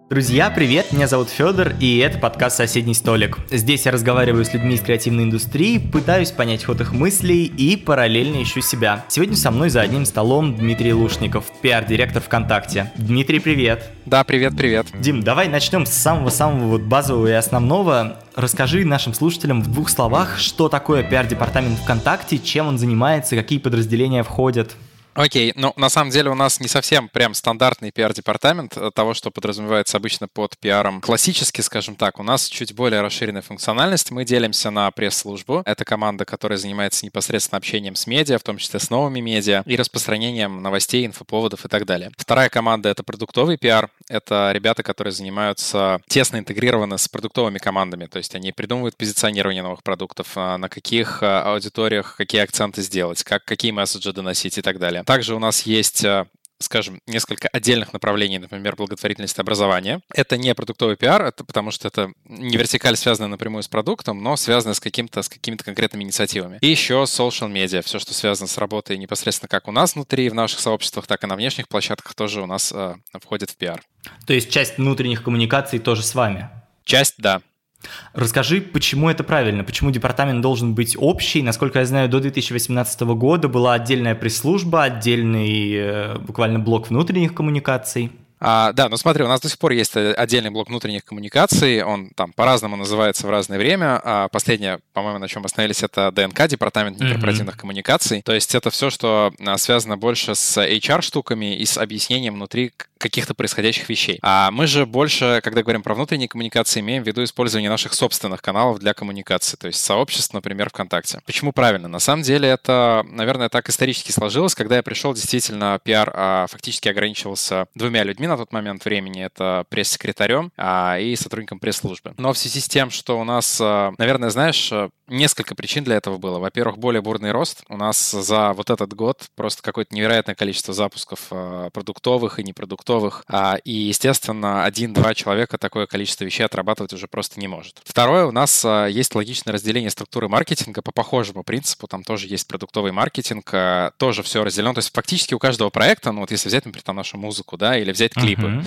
Друзья, привет, меня зовут Федор, и это подкаст «Соседний столик». Здесь я разговариваю с людьми из креативной индустрии, пытаюсь понять ход их мыслей и параллельно ищу себя. Сегодня со мной за одним столом Дмитрий Лушников, пиар-директор ВКонтакте. Дмитрий, привет. Да, привет. Дим, давай начнем с самого базового и основного. Расскажи нашим слушателям в 2 словах, что такое пиар-департамент ВКонтакте, чем он занимается, какие подразделения входят. Окей, на самом деле у нас не совсем прям стандартный пиар-департамент того, что подразумевается обычно под пиаром. Классически, скажем так, у нас чуть более расширенная функциональность. Мы делимся на пресс-службу. Это команда, которая занимается непосредственно общением с медиа, в том числе с новыми медиа, и распространением новостей, инфоповодов и так далее. Вторая команда — это продуктовый пиар. Это ребята, которые занимаются тесно интегрированы с продуктовыми командами. То есть они придумывают позиционирование новых продуктов, на каких аудиториях какие акценты сделать, какие месседжи доносить и так далее. Также у нас есть, скажем, несколько отдельных направлений, например, благотворительность и образование. Это не продуктовый пиар, это потому что это не вертикаль, связанная напрямую с продуктом, но связанная с какими-то конкретными инициативами. И еще social media, все, что связано с работой непосредственно как у нас внутри, в наших сообществах, так и на внешних площадках тоже у нас входит в пиар. То есть часть внутренних коммуникаций тоже с вами? Часть, да. Расскажи, почему это правильно, почему департамент должен быть общий? Насколько я знаю, до 2018 года была отдельная пресс-служба, отдельный буквально блок внутренних коммуникаций. Да, но смотри, у нас до сих пор есть отдельный блок внутренних коммуникаций, он там по-разному называется в разное время. Последнее, по-моему, на чем остановились, это ДНК, департамент корпоративных коммуникаций. То есть это все, что связано больше с HR-штуками и с объяснением внутри каких-то происходящих вещей. А мы же больше, когда говорим про внутренние коммуникации, имеем в виду использование наших собственных каналов для коммуникации, то есть сообществ, например, ВКонтакте. Почему правильно? На самом деле это, наверное, так исторически сложилось. Когда я пришел, действительно, пиар фактически ограничивался 2 людьми на тот момент времени. Это пресс-секретарем и сотрудником пресс-службы. Но в связи с тем, что у нас, наверное, знаешь, несколько причин для этого было. Во-первых, более бурный рост. У нас за вот этот год просто какое-то невероятное количество запусков продуктовых и непродуктовых. И, естественно, 1-2 человека такое количество вещей отрабатывать уже просто не может. Второе, у нас есть логичное разделение структуры маркетинга по похожему принципу. Там тоже есть продуктовый маркетинг, тоже все разделено. То есть фактически у каждого проекта, вот если взять, например, там нашу музыку, да, или взять клипы,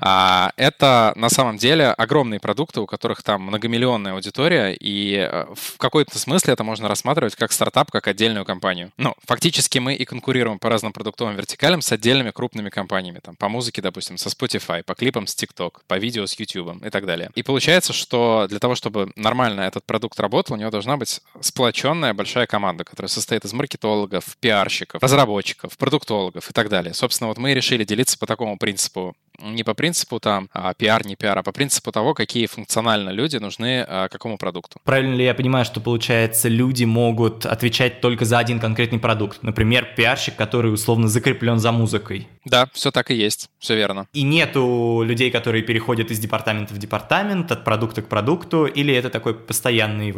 это на самом деле огромные продукты, у которых там многомиллионная аудитория, и в какой-то смысле это можно рассматривать как стартап, как отдельную компанию. Фактически мы и конкурируем по разным продуктовым вертикалям с отдельными крупными компаниями. Там, по музыке, допустим, со Spotify, по клипам с TikTok, по видео с YouTube и так далее. И получается, что для того, чтобы нормально этот продукт работал, у него должна быть сплоченная большая команда, которая состоит из маркетологов, пиарщиков, разработчиков, продуктологов и так далее. Собственно, вот мы и решили делиться по такому принципу. Не по принципу там пиар, не пиар, а по принципу того, какие функционально люди нужны какому продукту. Правильно ли я понимаю, что, получается, люди могут отвечать только за один конкретный продукт? Например, пиарщик, который условно закреплен за музыкой. Да, все так и есть, все верно. И нету людей, которые переходят из департамента в департамент, от продукта к продукту, или это такой постоянная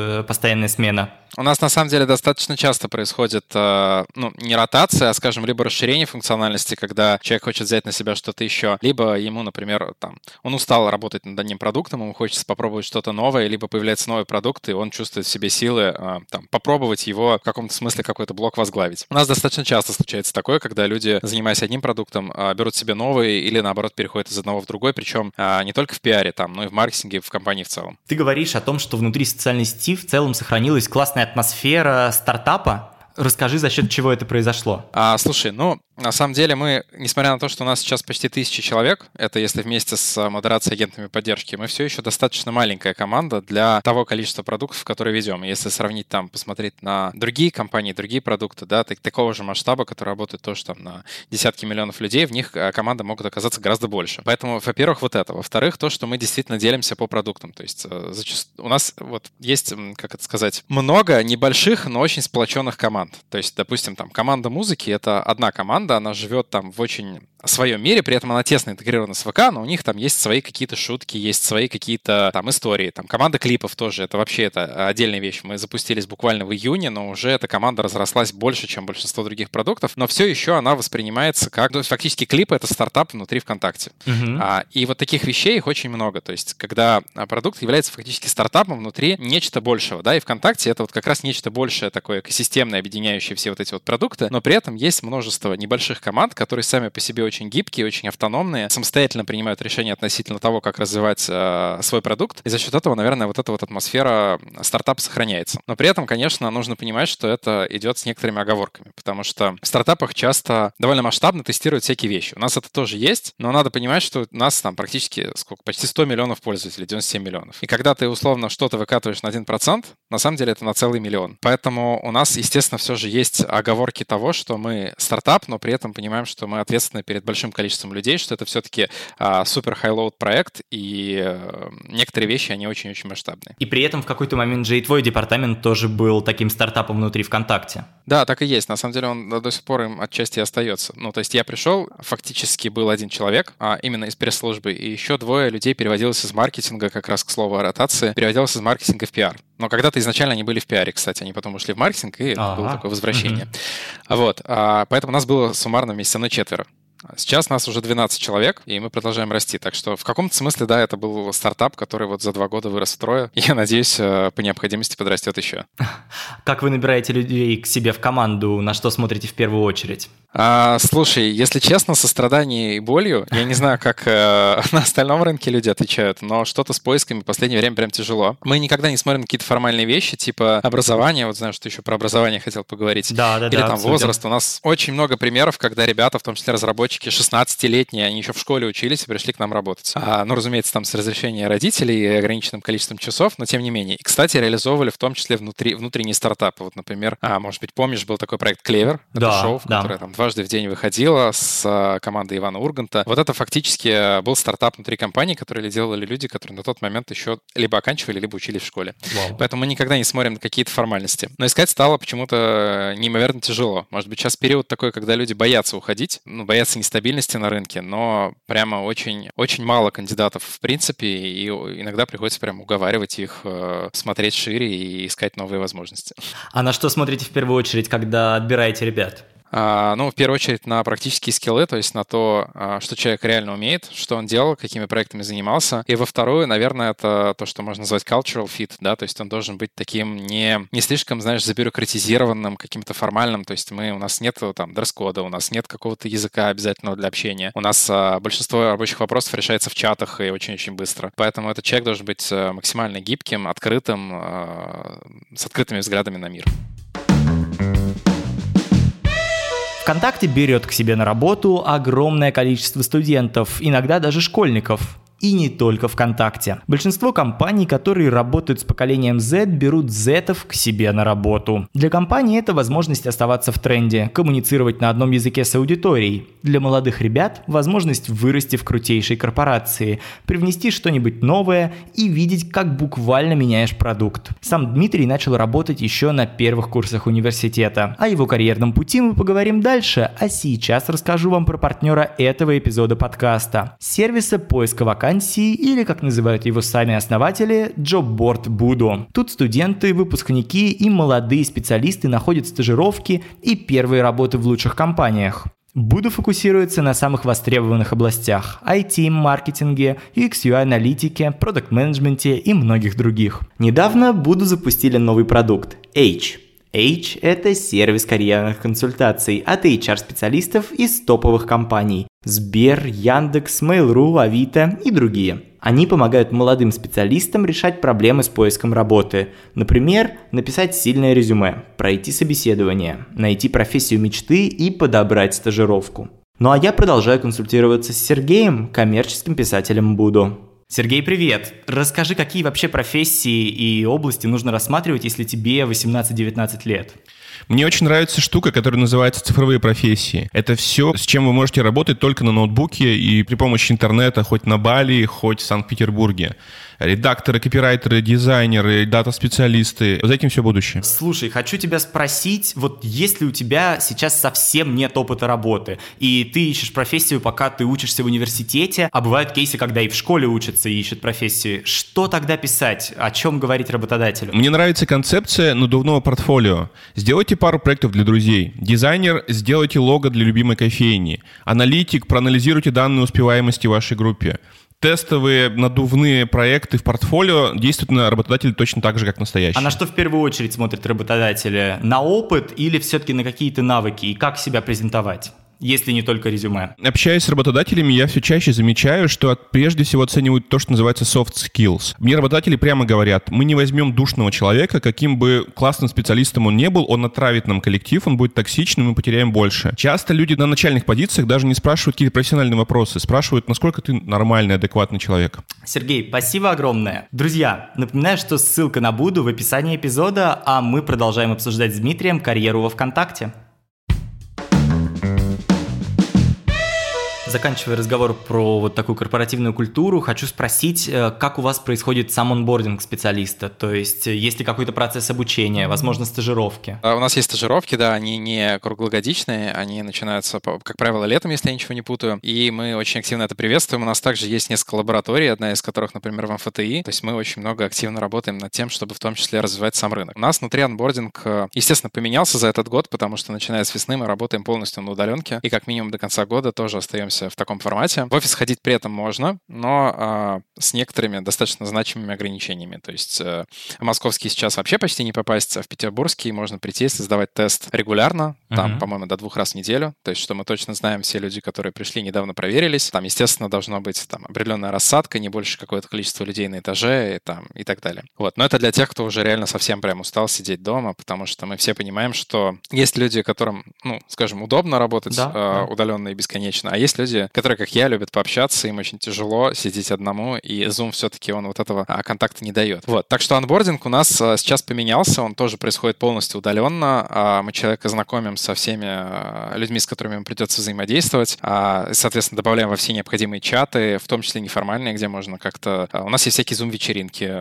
смена? У нас на самом деле достаточно часто происходит не ротация, а, скажем, либо расширение функциональности, когда человек хочет взять на себя что-то еще, либо ему, например, он устал работать над одним продуктом, ему хочется попробовать что-то новое, либо появляется новый продукт, и он чувствует в себе силы попробовать его в каком-то смысле какой-то блок возглавить. У нас достаточно часто случается такое, когда люди, занимаясь одним продуктом, берут себе новый или, наоборот, переходят из одного в другой, причем не только в пиаре, но и в маркетинге, в компании в целом. Ты говоришь о том, что внутри социальной сети в целом сохранилась классная атмосфера стартапа. Расскажи, за счет чего это произошло. Слушай, на самом деле мы, несмотря на то, что у нас сейчас почти 1000 человек, это если вместе с модерацией агентами поддержки, мы все еще достаточно маленькая команда для того количества продуктов, которые ведем. Если сравнить посмотреть на другие компании, другие продукты, да, такого же масштаба, которые работают тоже на десятки миллионов людей, в них команды могут оказаться гораздо больше. Поэтому, во-первых, вот это. Во-вторых, то, что мы действительно делимся по продуктам. То есть у нас есть, много небольших, но очень сплоченных команд. То есть, допустим, команда музыки — это одна команда, она живет в очень своем мире, при этом она тесно интегрирована с ВК, но у них есть свои какие-то шутки, есть свои какие-то истории. Команда клипов тоже, это отдельная вещь. Мы запустились буквально в июне, но уже эта команда разрослась больше, чем большинство других продуктов, но все еще она воспринимается как... фактически клипы — это стартап внутри ВКонтакте. И таких вещей их очень много. То есть, когда продукт является фактически стартапом внутри нечто большего, да, и ВКонтакте это как раз нечто большее, такое экосистемное, объединяющее все эти продукты, но при этом есть множество небольших команд, которые сами по себе очень гибкие, очень автономные, самостоятельно принимают решения относительно того, как развивать свой продукт. И за счет этого, наверное, вот эта вот атмосфера стартапа сохраняется. Но при этом, конечно, нужно понимать, что это идет с некоторыми оговорками, потому что в стартапах часто довольно масштабно тестируют всякие вещи. У нас это тоже есть, но надо понимать, что у нас там практически почти 100 миллионов пользователей, 97 миллионов. И когда ты условно что-то выкатываешь на 1%, на самом деле это на целый миллион. Поэтому у нас, естественно, все же есть оговорки того, что мы стартап, но при этом понимаем, что мы ответственны перед большим количеством людей, что это все-таки супер хай-лоуд проект, и некоторые вещи, они очень-очень масштабные. И при этом в какой-то момент же и твой департамент тоже был таким стартапом внутри ВКонтакте. Да, так и есть. На самом деле он до сих пор им отчасти остается. Ну, то есть я пришел, фактически был один человек, именно из пресс-службы, и еще двое людей переводилось из маркетинга, как раз к слову о ротации, переводилось из маркетинга в пиар. Но когда-то изначально они были в пиаре, кстати, они потом ушли в маркетинг, и это было такое возвращение. Вот, поэтому у нас было суммарно вместе со мной 4. Сейчас нас уже 12 человек, и мы продолжаем расти. Так что в каком-то смысле, да, это был стартап, который вот за 2 года вырос втрое. И я надеюсь, по необходимости подрастет еще. Как вы набираете людей к себе в команду? На что смотрите в первую очередь? Слушай, если честно, со страданием и болью, я не знаю, как на остальном рынке люди отвечают, но что-то с поисками в последнее время прям тяжело. Мы никогда не смотрим какие-то формальные вещи, типа образование. Вот знаю, что еще про образование хотел поговорить. Да, или там возраст. У нас очень много примеров, когда ребята, в том числе разработчики, 16-летние, они еще в школе учились и пришли к нам работать. Ну, разумеется, там с разрешения родителей и ограниченным количеством часов, но тем не менее. И, кстати, реализовывали в том числе внутренние стартапы. Вот, например, может быть, помнишь, был такой проект Клевер. Это шоу, которое там дважды в день выходило с командой Ивана Урганта. Вот это фактически был стартап внутри компании, который делали люди, которые на тот момент еще либо оканчивали, либо учились в школе. Вау. Поэтому мы никогда не смотрим на какие-то формальности. Но искать стало почему-то неимоверно тяжело. Может быть, сейчас период такой, когда люди боятся уходить, боятся нестабильности на рынке, но прямо очень, очень мало кандидатов в принципе, и иногда приходится прямо уговаривать их смотреть шире и искать новые возможности. А на что смотрите в первую очередь, когда отбираете ребят? В первую очередь на практические скиллы, то есть на то, что человек реально умеет, что он делал, какими проектами занимался. И во вторую, наверное, это то, что можно назвать cultural fit, да, то есть он должен быть таким не слишком, забюрократизированным, каким-то формальным, то есть у нас нет там дресс-кода, у нас нет какого-то языка обязательного для общения. У нас большинство рабочих вопросов решается в чатах и очень-очень быстро. Поэтому этот человек должен быть максимально гибким, открытым, с открытыми взглядами на мир. ВКонтакте берет к себе на работу огромное количество студентов, иногда даже школьников. И не только ВКонтакте. Большинство компаний, которые работают с поколением Z, берут зетов к себе на работу. Для компании это возможность оставаться в тренде, коммуницировать на одном языке с аудиторией. Для молодых ребят возможность вырасти в крутейшей корпорации, привнести что-нибудь новое и видеть, как буквально меняешь продукт. Сам Дмитрий начал работать еще на первых курсах университета. О его карьерном пути мы поговорим дальше, а сейчас расскажу вам про партнера этого эпизода подкаста. Сервиса поиска вакансий, или, как называют его сами основатели, JobBoard Budo. Тут студенты, выпускники и молодые специалисты находят стажировки и первые работы в лучших компаниях. Budo фокусируется на самых востребованных областях – IT, маркетинге, UX/UI-аналитике, продакт-менеджменте и многих других. Недавно Budo запустили новый продукт – H. H – это сервис карьерных консультаций от HR-специалистов из топовых компаний – Сбер, Яндекс, Mail.ru, Авито и другие. Они помогают молодым специалистам решать проблемы с поиском работы. Например, написать сильное резюме, пройти собеседование, найти профессию мечты и подобрать стажировку. Ну а я продолжаю консультироваться с Сергеем, коммерческим писателем Budo. Сергей, привет! Расскажи, какие вообще профессии и области нужно рассматривать, если тебе 18-19 лет? Мне очень нравится штука, которая называется цифровые профессии. Это все, с чем вы можете работать только на ноутбуке и при помощи интернета, хоть на Бали, хоть в Санкт-Петербурге. Редакторы, копирайтеры, дизайнеры, дата-специалисты. За этим все будущее. Слушай, хочу тебя спросить, вот если у тебя сейчас совсем нет опыта работы, и ты ищешь профессию, пока ты учишься в университете, а бывают кейсы, когда и в школе учатся и ищут профессии, что тогда писать? О чем говорить работодателю? Мне нравится концепция надувного портфолио. Сделайте пару проектов для друзей. Дизайнер, сделайте лого для любимой кофейни. Аналитик, проанализируйте данные успеваемости в вашей группе. Тестовые надувные проекты в портфолио действуют на работодателя точно так же, как настоящие. А на что в первую очередь смотрят работодатели? На опыт или все-таки на какие-то навыки? И как себя презентовать? если не только резюме? Общаясь с работодателями, я все чаще замечаю, что прежде всего оценивают то, что называется soft skills. Мне работодатели прямо говорят, мы не возьмем душного человека, каким бы классным специалистом он не был, он отравит нам коллектив, он будет токсичным, мы потеряем больше. Часто люди на начальных позициях даже не спрашивают какие-то профессиональные вопросы, спрашивают, насколько ты нормальный, адекватный человек. Сергей, спасибо огромное. Друзья, напоминаю, что ссылка на Буду в описании эпизода, а мы продолжаем обсуждать с Дмитрием карьеру во ВКонтакте. Заканчивая разговор про вот такую корпоративную культуру, хочу спросить, как у вас происходит сам онбординг специалиста? То есть, есть ли какой-то процесс обучения, возможно, стажировки? У нас есть стажировки, да, они не круглогодичные, они начинаются, как правило, летом, если я ничего не путаю, и мы очень активно это приветствуем. У нас также есть несколько лабораторий, одна из которых, например, в МФТИ, то есть мы очень много активно работаем над тем, чтобы в том числе развивать сам рынок. У нас внутри онбординг, естественно, поменялся за этот год, потому что, начиная с весны, мы работаем полностью на удаленке, и как минимум до конца года тоже остаемся в таком формате. В офис ходить при этом можно, но с некоторыми достаточно значимыми ограничениями. То есть в московский сейчас вообще почти не попасть, а в петербургский можно прийти, если сдавать тест регулярно, там, по-моему, до 2 раз в неделю. То есть что мы точно знаем, все люди, которые пришли, недавно проверились. Там, естественно, должно быть там определенная рассадка, не больше какое-то количество людей на этаже и так далее. Вот. Но это для тех, кто уже реально совсем прям устал сидеть дома, потому что мы все понимаем, что есть люди, которым, скажем, удобно работать удаленно и бесконечно, а есть люди, которые, как я, любят пообщаться, им очень тяжело сидеть одному, и Zoom все-таки он вот этого контакта не дает. Вот. Так что онбординг у нас сейчас поменялся, он тоже происходит полностью удаленно. Мы человека знакомим со всеми людьми, с которыми ему придется взаимодействовать, соответственно, добавляем во все необходимые чаты, в том числе неформальные, где можно как-то... У нас есть всякие Zoom-вечеринки.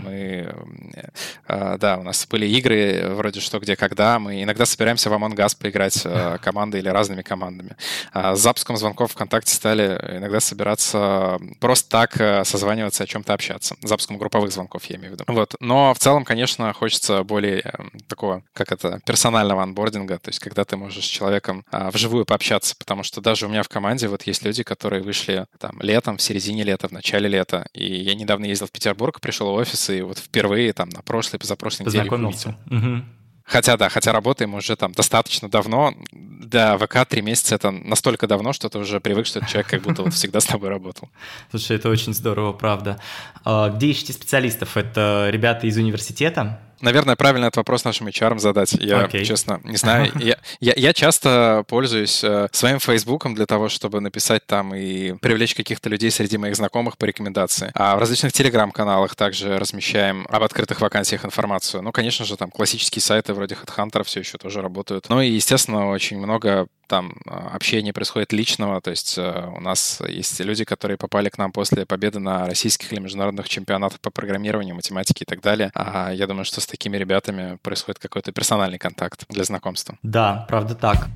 Да, у нас были игры вроде «Что, где, когда». Мы иногда собираемся в Among Us поиграть командой или разными командами. С запуском звонков ВКонтакте стали иногда собираться просто так, созваниваться, о чем-то общаться. С запуском групповых звонков, я имею в виду. Вот. Но в целом, конечно, хочется более такого, персонального онбординга, то есть когда ты можешь с человеком вживую пообщаться, потому что даже у меня в команде вот есть люди, которые вышли там летом, в середине лета, в начале лета, и я недавно ездил в Петербург, пришел в офис, и вот впервые там на позапрошлой неделе их увидел. Хотя работаем уже там достаточно давно. Для ВК 3 месяца — это настолько давно, что ты уже привык, что этот человек как будто вот всегда с тобой работал. Слушай, это очень здорово, правда. Где ищете специалистов? Это ребята из университета? Наверное, правильно этот вопрос нашим HR задать. Я, честно, не знаю. Я часто пользуюсь своим Фейсбуком для того, чтобы написать там и привлечь каких-то людей среди моих знакомых по рекомендации. А в различных телеграм-каналах также размещаем об открытых вакансиях информацию. Конечно же, там классические сайты вроде HeadHunter все еще тоже работают. И, естественно, очень много там общения происходит личного, то есть у нас есть люди, которые попали к нам после победы на российских или международных чемпионатах по программированию, математике и так далее. Я думаю, что с такими ребятами происходит какой-то персональный контакт для знакомства. Да, правда так.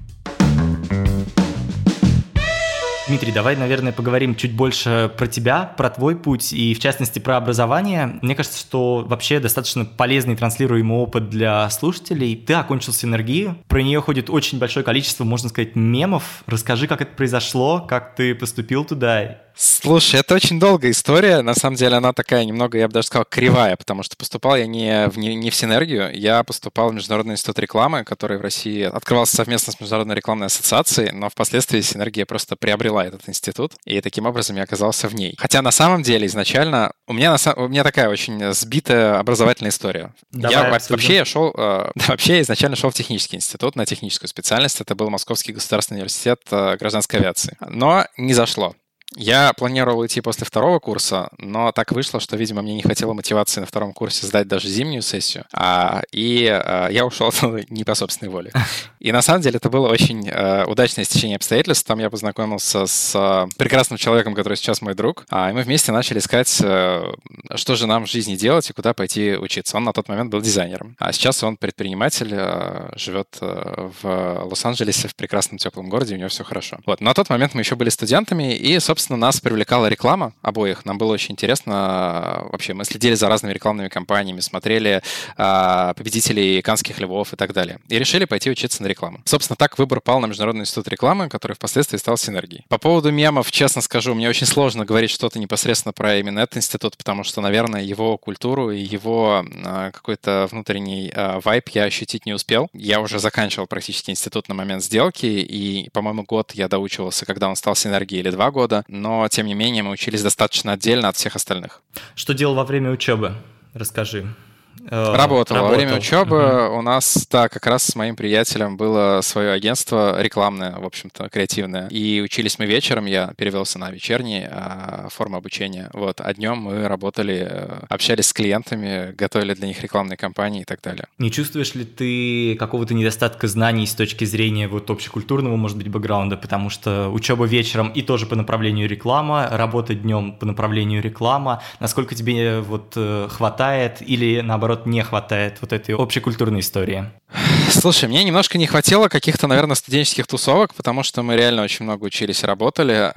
Дмитрий, давай, наверное, поговорим чуть больше про тебя, про твой путь и, в частности, про образование. Мне кажется, что вообще достаточно полезный транслируемый опыт для слушателей. Ты окончил Синергию, про нее ходит очень большое количество, можно сказать, мемов. Расскажи, как это произошло, как ты поступил туда. Слушай, это очень долгая история. На самом деле она такая немного, я бы даже сказал, кривая, потому что поступал я не в Синергию, я поступал в Международный институт рекламы, который в России открывался совместно с Международной рекламной ассоциацией, но впоследствии Синергия просто приобрела этот институт, и таким образом я оказался в ней. Хотя на самом деле изначально у меня такая очень сбитая образовательная история. Вообще я изначально шел в технический институт на техническую специальность. Это был Московский государственный университет гражданской авиации. Но не зашло. Я планировал идти после 2-го курса, но так вышло, что, видимо, мне не хватило мотивации на 2-м курсе сдать даже зимнюю сессию, я ушел не по собственной воле. И на самом деле это было очень удачное стечение обстоятельств. Там я познакомился с прекрасным человеком, который сейчас мой друг, и мы вместе начали искать, что же нам в жизни делать и куда пойти учиться. Он на тот момент был дизайнером, а сейчас он предприниматель, живет в Лос-Анджелесе, в прекрасном теплом городе, у него все хорошо. Вот. На тот момент мы еще были студентами, и, собственно, собственно, нас привлекала реклама обоих. Нам было очень интересно. Вообще, мы следили за разными рекламными кампаниями, смотрели победителей Каннских львов и так далее. И решили пойти учиться на рекламу. Собственно, так выбор пал на Международный институт рекламы, который впоследствии стал Синергией. По поводу мемов, честно скажу, мне очень сложно говорить что-то непосредственно про именно этот институт, потому что, наверное, его культуру и его какой-то внутренний вайб я ощутить не успел. Я уже заканчивал практически институт на момент сделки, и, по-моему, год я доучивался, когда он стал Синергией, или 2 года, но, тем не менее, мы учились достаточно отдельно от всех остальных. Что делал во время учебы? Расскажи. Работал. Во время учебы у нас, да, как раз с моим приятелем было свое агентство рекламное, в общем-то, креативное. И учились мы вечером, я перевелся на вечерние формы обучения. Вот. А днем мы работали, общались с клиентами, готовили для них рекламные кампании и так далее. Не чувствуешь ли ты какого-то недостатка знаний с точки зрения вот общекультурного, может быть, бэкграунда? Потому что учеба вечером и тоже по направлению реклама, работа днем по направлению реклама. Насколько тебе вот хватает или, наоборот, не хватает вот этой общекультурной истории? Слушай, мне немножко не хватило каких-то, наверное, студенческих тусовок, потому что мы реально очень много учились и работали.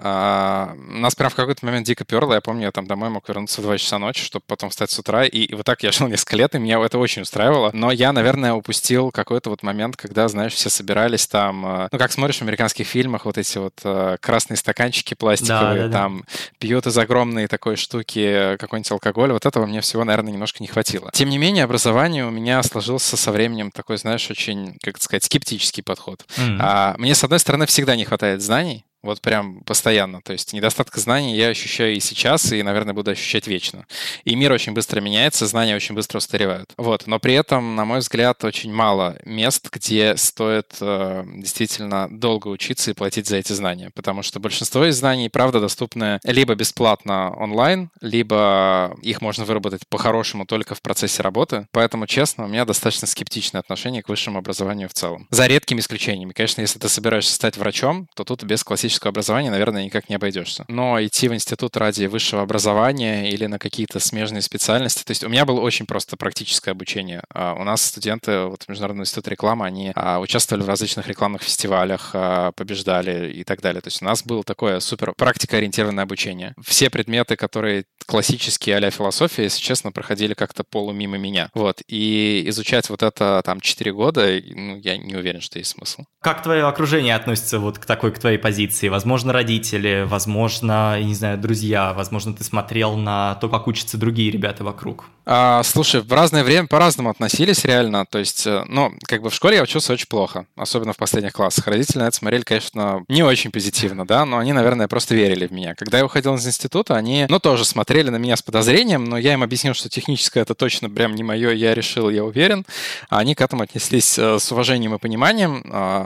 Нас прям в какой-то момент дико перло. Я помню, я там домой мог вернуться в 2 часа ночи, чтобы потом встать с утра. И вот так я жил несколько лет, и меня это очень устраивало. Но я, наверное, упустил какой-то вот момент, когда, знаешь, все собирались там... Ну, как смотришь в американских фильмах, вот эти вот красные стаканчики пластиковые, там пьют из огромной такой штуки какой-нибудь алкоголь. Вот этого мне всего, наверное, немножко не хватило. Тем не менее, образование у меня сложился со временем такой, знаешь, очень, как сказать, скептический подход. Мне, с одной стороны, всегда не хватает знаний, вот прям постоянно. То есть недостатка знаний я ощущаю и сейчас, и, наверное, буду ощущать вечно. И мир очень быстро меняется, знания очень быстро устаревают. Вот. Но при этом, на мой взгляд, очень мало мест, где стоит действительно долго учиться и платить за эти знания. Потому что большинство из знаний, правда, доступны либо бесплатно онлайн, либо их можно выработать по-хорошему только в процессе работы. Поэтому, честно, у меня достаточно скептичное отношение к высшему образованию в целом. За редкими исключениями. Конечно, если ты собираешься стать врачом, то тут без классического образования, наверное, никак не обойдешься. Но идти в институт ради высшего образования или на какие-то смежные специальности... То есть у меня было очень просто практическое обучение. У нас студенты вот Международного института рекламы, они участвовали в различных рекламных фестивалях, побеждали и так далее. То есть у нас было такое супер практикоориентированное обучение. Все предметы, которые классические а-ля философия, если честно, проходили как-то полумимо меня. Вот. И изучать вот это там 4 года, ну, я не уверен, что есть смысл. Как твое окружение относится вот к твоей позиции? Возможно, родители, возможно, я не знаю, друзья, возможно, ты смотрел на то, как учатся другие ребята вокруг. Слушай, в разное время по-разному относились реально. То есть, ну, как бы в школе я учился очень плохо, особенно в последних классах. Родители на это смотрели, конечно, не очень позитивно, да, но они, наверное, просто верили в меня. Когда я уходил из института, они, ну, тоже смотрели на меня с подозрением, но я им объяснил, что техническое это точно прям не мое, я решил, я уверен. А они к этому отнеслись с уважением и пониманием,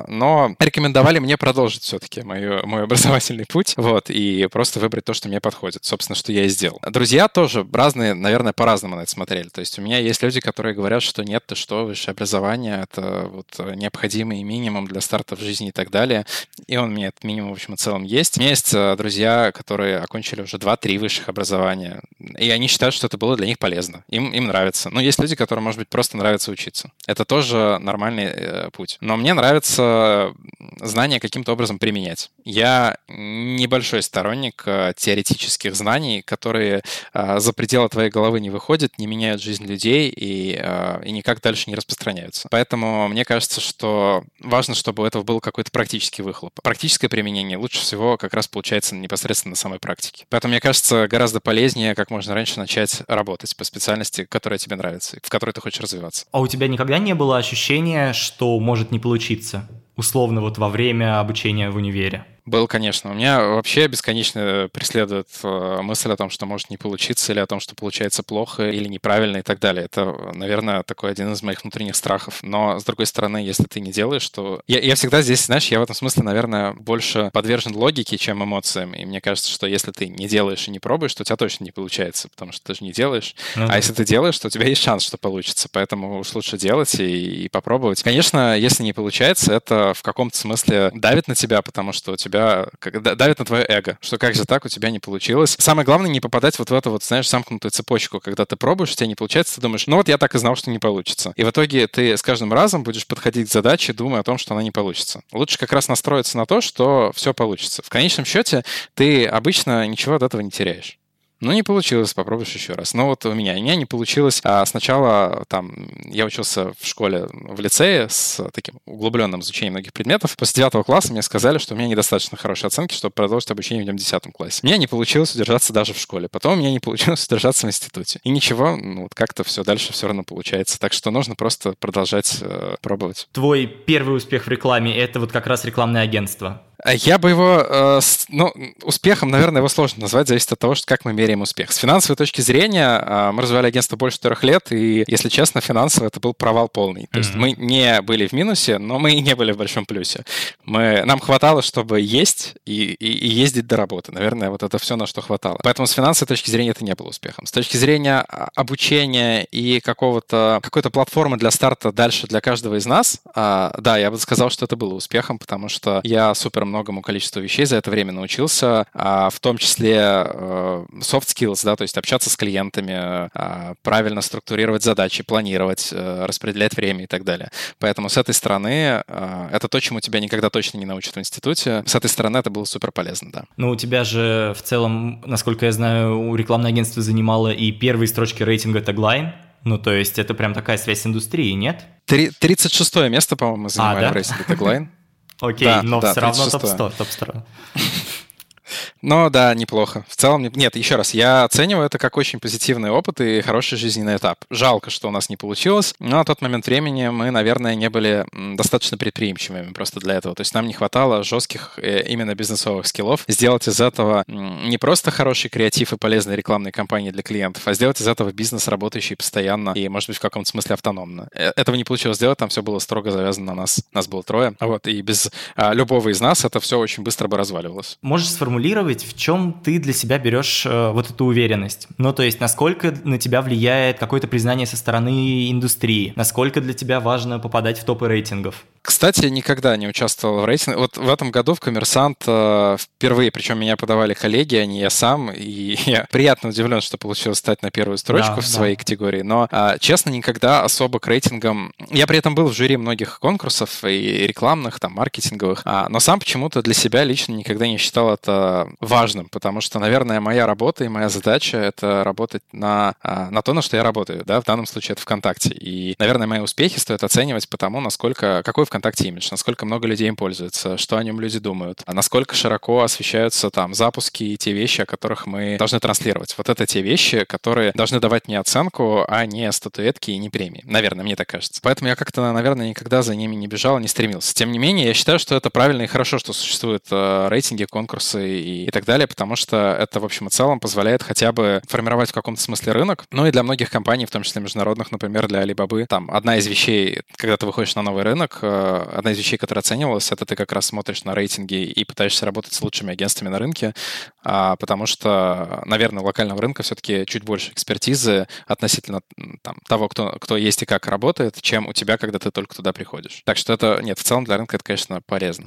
но рекомендовали мне продолжить все-таки мой образовательный путь, вот, и просто выбрать то, что мне подходит, собственно, что я и сделал. Друзья тоже разные, наверное, по-разному на это смотрели. То есть у меня есть люди, которые говорят, что нет, ты что, высшее образование — это вот необходимый минимум для старта в жизни и так далее. И он у меня этот минимум, в общем и целом, есть. У меня есть друзья, которые окончили уже 2-3 высших образования, и они считают, что это было для них полезно. Им нравится. Но есть люди, которым, может быть, просто нравится учиться. Это тоже нормальный путь. Но мне нравится знания каким-то образом применять. Я небольшой сторонник теоретических знаний, которые за пределы твоей головы не выходят, не меняют жизнь людей и никак дальше не распространяются. Поэтому мне кажется, что важно, чтобы у этого был какой-то практический выхлоп. Практическое применение лучше всего как раз получается непосредственно на самой практике. Поэтому, мне кажется, гораздо полезнее как можно раньше начать работать по специальности, которая тебе нравится, в которой ты хочешь развиваться. А у тебя никогда не было ощущения, что может не получиться? Условно, вот во время обучения в универе? Был, конечно. У меня вообще бесконечно преследует мысль о том, что может не получиться, или о том, что получается плохо, или неправильно и так далее. Это, наверное, такой один из моих внутренних страхов. Но, с другой стороны, если ты не делаешь, то... Я всегда здесь, знаешь, я в этом смысле, наверное, больше подвержен логике, чем эмоциям. И мне кажется, что если ты не делаешь и не пробуешь, то у тебя точно не получается, потому что ты же не делаешь. А если ты делаешь, то у тебя есть шанс, что получится. Поэтому уж лучше делать и попробовать. Конечно, если не получается, это в каком-то смысле давит на тебя, потому что у тебя тебя давит на твое эго, что как же так у тебя не получилось. Самое главное не попадать вот в эту вот, знаешь, замкнутую цепочку, когда ты пробуешь, у тебя не получается, ты думаешь, ну вот я так и знал, что не получится. И в итоге ты с каждым разом будешь подходить к задаче, думая о том, что она не получится. Лучше как раз настроиться на то, что все получится. В конечном счете ты обычно ничего от этого не теряешь. Ну, не получилось, попробуешь еще раз. Но вот у меня не получилось. Сначала я учился в школе, в лицее с таким углубленным изучением многих предметов. После 9 класса мне сказали, что у меня недостаточно хорошие оценки, чтобы продолжить обучение в 10 классе. У меня не получилось удержаться даже в школе. Потом у меня не получилось удержаться в институте. И ничего, вот как-то все дальше все равно получается. Так что нужно просто продолжать пробовать. Твой первый успех в рекламе — это вот как раз рекламное агентство. Я бы его, успехом, наверное, его сложно назвать, зависит от того, как мы меряем успех. С финансовой точки зрения мы развивали агентство больше 4 лет, и, если честно, финансово это был провал полный. То есть мы не были в минусе, но мы и не были в большом плюсе. Нам хватало, чтобы есть и ездить до работы. Наверное, вот это все, на что хватало. Поэтому с финансовой точки зрения это не было успехом. С точки зрения обучения и какой-то платформы для старта дальше для каждого из нас, да, я бы сказал, что это было успехом, потому что я супер многому количеству вещей за это время научился, в том числе soft skills, да, то есть общаться с клиентами, правильно структурировать задачи, планировать, распределять время и так далее. Поэтому с этой стороны это то, чему тебя никогда точно не научат в институте. С этой стороны это было супер полезно, да. Ну, у тебя же в целом, насколько я знаю, рекламное агентство занимало и первые строчки рейтинга Tagline. Ну, то есть это прям такая связь с индустрией, нет? 36-е место, по-моему, занимали в рейтинге Tagline. Окей, да, но все равно топ-100. Но да, неплохо. В целом, нет, еще раз, я оцениваю это как очень позитивный опыт и хороший жизненный этап. Жалко, что у нас не получилось, но на тот момент времени мы, наверное, не были достаточно предприимчивыми просто для этого. То есть нам не хватало жестких именно бизнесовых скиллов сделать из этого не просто хороший креатив и полезные рекламные кампании для клиентов, а сделать из этого бизнес, работающий постоянно и, может быть, в каком-то смысле автономно. Этого не получилось сделать, там все было строго завязано на нас. Нас было 3. И без любого из нас это все очень быстро бы разваливалось. Можешь сформулировать, в чем ты для себя берешь вот эту уверенность? Ну, то есть, насколько на тебя влияет какое-то признание со стороны индустрии? Насколько для тебя важно попадать в топы рейтингов? Кстати, никогда не участвовал в рейтинге. Вот в этом году в «Коммерсант» впервые, причем меня подавали коллеги, а не я сам, и я приятно удивлен, что получилось стать на первую строчку в своей категории, но, честно, никогда особо к рейтингам... Я при этом был в жюри многих конкурсов, и рекламных, маркетинговых, но сам почему-то для себя лично никогда не считал это важным, потому что, наверное, моя работа и моя задача — это работать на то, на что я работаю, да, в данном случае это ВКонтакте. И, наверное, мои успехи стоит оценивать по тому, какой ВКонтакте имидж, насколько много людей им пользуются, что о нем люди думают, насколько широко освещаются запуски и те вещи, о которых мы должны транслировать. Вот это те вещи, которые должны давать мне оценку, а не статуэтки и не премии. Наверное, мне так кажется. Поэтому я как-то, наверное, никогда за ними не бежал, не стремился. Тем не менее, я считаю, что это правильно и хорошо, что существуют рейтинги, конкурсы и так далее, потому что это, в общем и целом, позволяет хотя бы формировать в каком-то смысле рынок. Ну и для многих компаний, в том числе международных, например, для Alibaba, одна из вещей, когда ты выходишь на новый рынок, одна из вещей, которая оценивалась, это ты как раз смотришь на рейтинги и пытаешься работать с лучшими агентствами на рынке, потому что, наверное, у локального рынка все-таки чуть больше экспертизы относительно того, кто есть и как работает, чем у тебя, когда ты только туда приходишь. Так что это, нет, в целом для рынка это, конечно, полезно.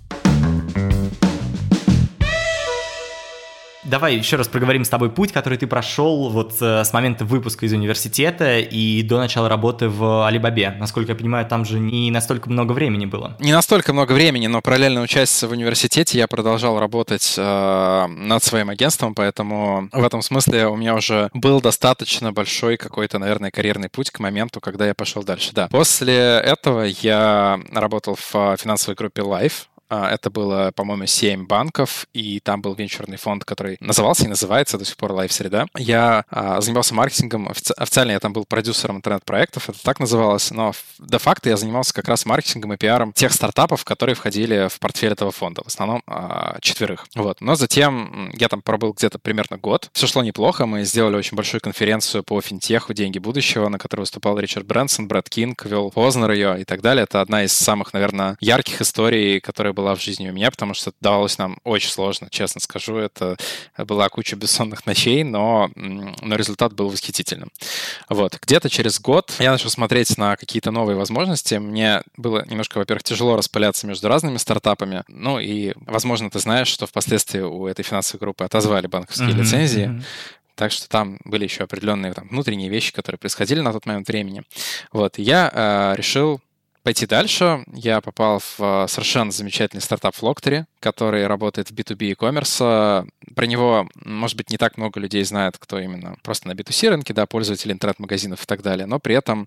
Давай еще раз проговорим с тобой путь, который ты прошел вот с момента выпуска из университета и до начала работы в Алибабе. Насколько я понимаю, там же не настолько много времени было. Не настолько много времени, но параллельно учась в университете я продолжал работать над своим агентством, поэтому в этом смысле у меня уже был достаточно большой какой-то, наверное, карьерный путь к моменту, когда я пошел дальше. Да. После этого я работал в финансовой группе Life. Это было, по-моему, 7 банков, и там был венчурный фонд, который назывался и называется до сих пор Life Среда. Я занимался маркетингом. Официально я там был продюсером интернет-проектов, это так называлось, но де-факто я занимался как раз маркетингом и пиаром тех стартапов, которые входили в портфель этого фонда, в основном 4. Вот. Но затем я там пробыл где-то примерно год. Все шло неплохо, мы сделали очень большую конференцию по финтеху «Деньги будущего», на которой выступал Ричард Брэнсон, Брэд Кинг, вел Познер ее и так далее. Это одна из самых, наверное, ярких историй, которая была была в жизни у меня, потому что это давалось нам очень сложно, честно скажу. Это была куча бессонных ночей, но результат был восхитительным. Вот. Где-то через год я начал смотреть на какие-то новые возможности. Мне было немножко, во-первых, тяжело распыляться между разными стартапами. Ну и, возможно, ты знаешь, что впоследствии у этой финансовой группы отозвали банковские лицензии. Так что там были еще определенные внутренние вещи, которые происходили на тот момент времени. Вот. И я решил пойти дальше. Я попал в совершенно замечательный стартап Flocktory, который работает в B2B e-commerce. Про него, может быть, не так много людей знает, кто именно просто на B2C рынке, да, пользователи интернет-магазинов и так далее, но при этом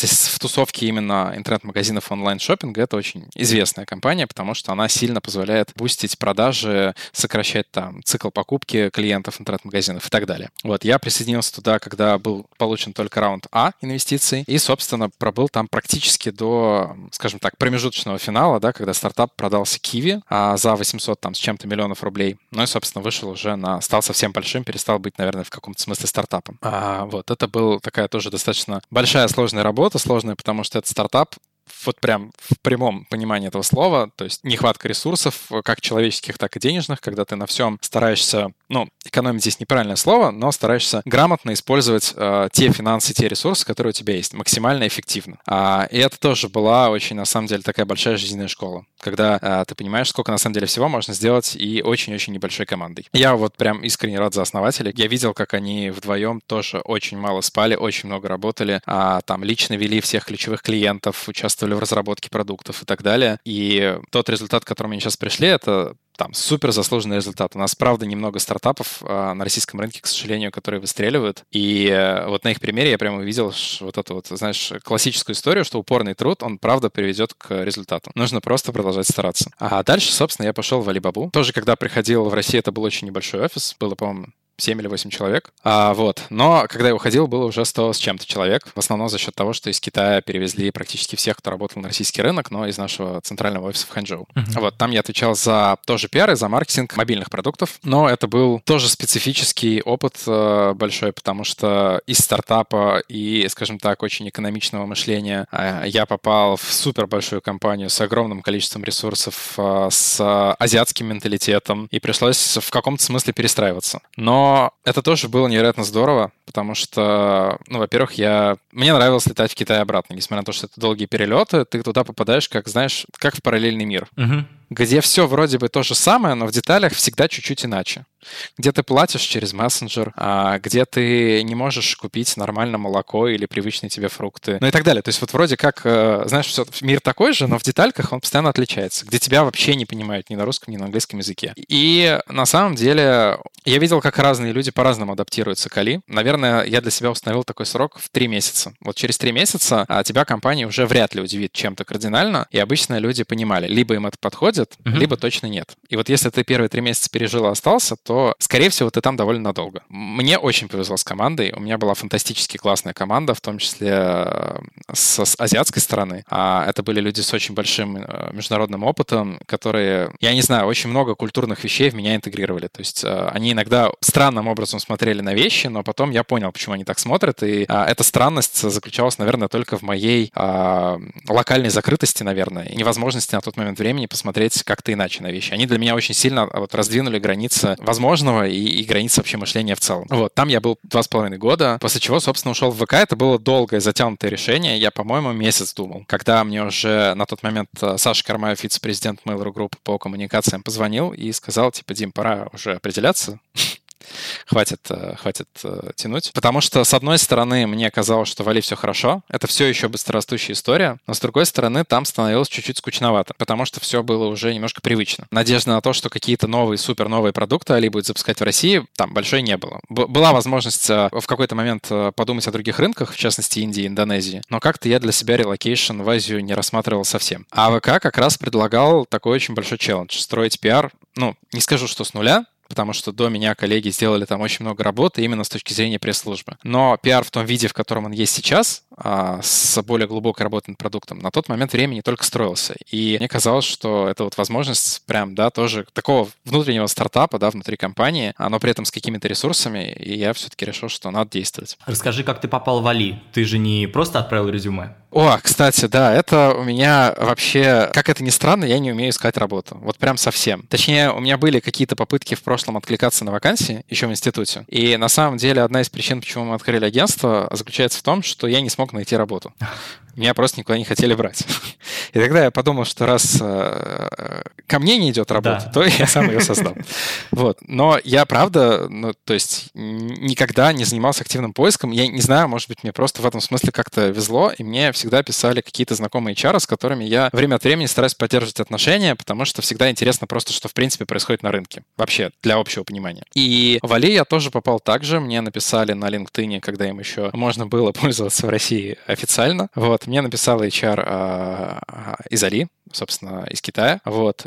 в тусовке именно интернет-магазинов онлайн-шоппинга это очень известная компания, потому что она сильно позволяет бустить продажи, сокращать там цикл покупки клиентов интернет-магазинов и так далее. Вот, я присоединился туда, когда был получен только раунд А инвестиций, и, собственно, пробыл там практически до, скажем так, промежуточного финала, да, когда стартап продался Kiwi за 800 там с чем-то миллионов рублей. Ну и, собственно, вышел уже стал совсем большим, перестал быть, наверное, в каком-то смысле стартапом. Вот, это была такая тоже достаточно большая, сложная работа, сложная, потому что это стартап, вот прям в прямом понимании этого слова, то есть нехватка ресурсов, как человеческих, так и денежных, когда ты на всем стараешься, экономить здесь неправильное слово, но стараешься грамотно использовать те финансы, те ресурсы, которые у тебя есть, максимально эффективно. И это тоже была очень, на самом деле, такая большая жизненная школа, когда ты понимаешь, сколько на самом деле всего можно сделать и очень-очень небольшой командой. Я вот прям искренне рад за основателей. Я видел, как они вдвоем тоже очень мало спали, очень много работали, там лично вели всех ключевых клиентов, участвовали в разработке продуктов и так далее. И тот результат, к которому они сейчас пришли, это там супер заслуженный результат. У нас, правда, немного стартапов на российском рынке, к сожалению, которые выстреливают. И вот на их примере я прямо увидел вот эту вот, знаешь, классическую историю, что упорный труд, он, правда, приведет к результату. Нужно просто продолжать стараться. А дальше, собственно, я пошел в Alibaba. Тоже, когда приходил в Россию, это был очень небольшой офис. Было, по-моему, 7 или 8 человек. Вот. Но когда я уходил, было уже 100 с чем-то человек. В основном за счет того, что из Китая перевезли практически всех, кто работал на российский рынок, но из нашего центрального офиса в Ханчжоу. Вот. Там я отвечал за тоже пиар и за маркетинг мобильных продуктов. Но это был тоже специфический опыт большой, потому что из стартапа и, скажем так, очень экономичного мышления я попал в супер большую компанию с огромным количеством ресурсов, с азиатским менталитетом, и пришлось в каком-то смысле перестраиваться. Но это тоже было невероятно здорово, потому что, во-первых, мне нравилось летать в Китай обратно. Несмотря на то, что это долгие перелеты, ты туда попадаешь, как, знаешь, как в параллельный мир. Где все вроде бы то же самое, но в деталях всегда чуть-чуть иначе. Где ты платишь через мессенджер, где ты не можешь купить нормально молоко или привычные тебе фрукты, и так далее. То есть вот вроде как, знаешь, все, мир такой же, но в детальках он постоянно отличается, где тебя вообще не понимают ни на русском, ни на английском языке. И на самом деле я видел, как разные люди по-разному адаптируются к Али. Наверное, я для себя установил такой срок в 3 месяца. Вот через 3 месяца тебя компания уже вряд ли удивит чем-то кардинально, и обычно люди понимали, либо им это подходит, либо точно нет. И вот если ты первые 3 месяца пережил и остался, то, скорее всего, ты там довольно надолго. Мне очень повезло с командой. У меня была фантастически классная команда, в том числе с азиатской стороны. Это были люди с очень большим международным опытом, которые, я не знаю, очень много культурных вещей в меня интегрировали. То есть они иногда странным образом смотрели на вещи, но потом я понял, почему они так смотрят. И эта странность заключалась, наверное, только в моей локальной закрытости, наверное, и невозможности на тот момент времени посмотреть как-то иначе на вещи. Они для меня очень сильно раздвинули границы возможного и границы вообще мышления в целом. Вот, там я был 2,5 года, после чего, собственно, ушел в ВК. Это было долгое, затянутое решение. Я, по-моему, месяц думал. Когда мне уже на тот момент Саша Кармаев, вице-президент Mail.ru Group по коммуникациям, позвонил и сказал, Дим, пора уже определяться. Хватит тянуть. Потому что, с одной стороны, мне казалось, что в Али все хорошо. Это все еще быстрорастущая история. Но, с другой стороны, там становилось чуть-чуть скучновато, потому что все было уже немножко привычно. Надежда на то, что какие-то супер новые продукты Али будет запускать в России, там большой не было. Была возможность в какой-то момент подумать о других рынках, в частности, Индии и Индонезии. Но как-то я для себя релокейшн в Азию не рассматривал совсем. А ВК как раз предлагал такой очень большой челлендж. Строить пиар, не скажу, что с нуля, потому что до меня коллеги сделали там очень много работы именно с точки зрения пресс-службы. Но пиар в том виде, в котором он есть сейчас, с более глубокой работой над продуктом, на тот момент времени только строился. И мне казалось, что это вот возможность прям, да, тоже такого внутреннего стартапа, да, внутри компании, но при этом с какими-то ресурсами, и я все-таки решил, что надо действовать. Расскажи, как ты попал в Али? Ты же не просто отправил резюме? О, кстати, да, это у меня вообще, как это ни странно, я не умею искать работу. Вот прям совсем. Точнее, у меня были какие-то попытки в прошлом откликаться на вакансии, еще в институте. И на самом деле одна из причин, почему мы открыли агентство, заключается в том, что я не смог найти работу. Меня просто никуда не хотели брать. И тогда я подумал, что раз ко мне не идет работа, то я сам ее создал. Вот. Но я, правда, то есть никогда не занимался активным поиском. Я не знаю, может быть, мне просто в этом смысле как-то везло, и мне всегда писали какие-то знакомые HR, с которыми я время от времени стараюсь поддерживать отношения, потому что всегда интересно просто, что в принципе происходит на рынке. Вообще, для общего понимания. И в Али я тоже попал так же. Мне написали на LinkedIn, когда им еще можно было пользоваться в России официально. Вот. Мне написала HR из Али, собственно, из Китая. Вот.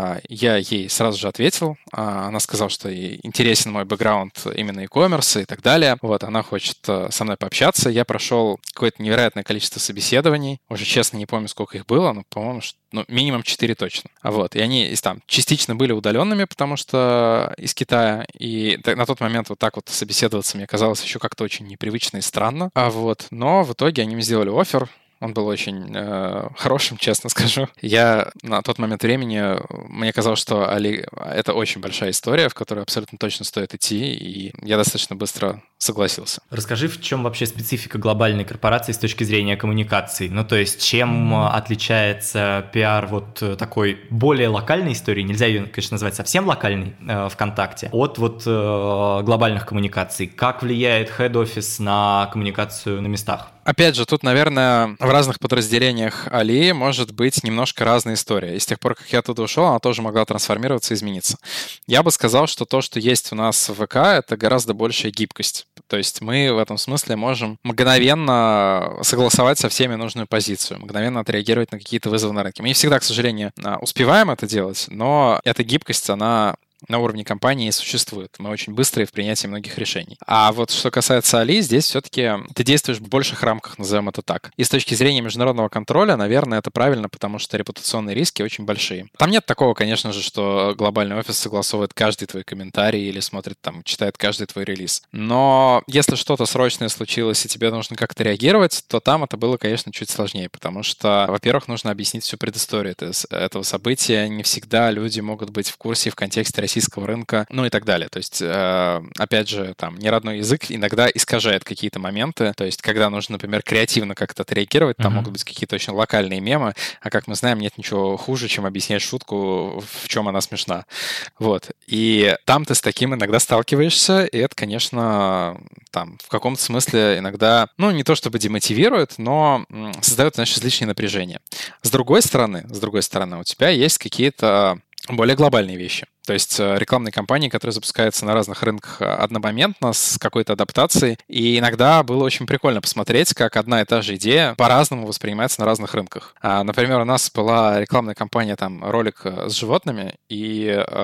Я ей сразу же ответил. Она сказала, что ей интересен мой бэкграунд именно e-commerce и так далее. Вот. Она хочет со мной пообщаться. Я прошел какое-то невероятное количество собеседований. Уже честно не помню, сколько их было, но, по-моему, минимум 4 точно. Вот. И они там частично были удаленными, потому что из Китая. И на тот момент вот так вот собеседоваться мне казалось еще как-то очень непривычно и странно. Вот. Но в итоге они мне сделали оффер. Он был очень хорошим, честно скажу. Я на тот момент времени, мне казалось, что Али — это очень большая история, в которую абсолютно точно стоит идти, и я достаточно быстро согласился. Расскажи, в чем вообще специфика глобальной корпорации с точки зрения коммуникаций? Ну, то есть, чем отличается пиар вот такой более локальной истории, нельзя ее, конечно, назвать совсем локальной ВКонтакте, от вот глобальных коммуникаций? Как влияет head-office на коммуникацию на местах? Опять же, тут, наверное, в разных подразделениях Али может быть немножко разная история. И с тех пор, как я оттуда ушел, она тоже могла трансформироваться и измениться. Я бы сказал, что то, что есть у нас в ВК, это гораздо большая гибкость. То есть мы в этом смысле можем мгновенно согласовать со всеми нужную позицию, мгновенно отреагировать на какие-то вызовы на рынке. Мы не всегда, к сожалению, успеваем это делать, но эта гибкость, она на уровне компании существует. Мы очень быстрые в принятии многих решений. А вот что касается Али, здесь все-таки ты действуешь в больших рамках, назовем это так. И с точки зрения международного контроля, наверное, это правильно, потому что репутационные риски очень большие. Там нет такого, конечно же, что глобальный офис согласовывает каждый твой комментарий или смотрит там, читает каждый твой релиз. Но если что-то срочное случилось и тебе нужно как-то реагировать, то там это было, конечно, чуть сложнее, потому что, во-первых, нужно объяснить всю предысторию этого события. Не всегда люди могут быть в курсе в контексте российского рынка, ну и так далее. То есть, опять же, там, неродной язык иногда искажает какие-то моменты. То есть, когда нужно, например, креативно как-то отреагировать, там могут быть какие-то очень локальные мемы, а как мы знаем, нет ничего хуже, чем объяснять шутку, в чем она смешна. Вот. И там ты с таким иногда сталкиваешься, и это, конечно, там, в каком-то смысле иногда, ну, не то чтобы демотивирует, но создает, знаешь, излишнее напряжение. С другой стороны, у тебя есть какие-то более глобальные вещи. То есть рекламные кампании, которые запускаются на разных рынках одномоментно с какой-то адаптацией. И иногда было очень прикольно посмотреть, как одна и та же идея по-разному воспринимается на разных рынках. Например, у нас была рекламная кампания, там, ролик с животными, и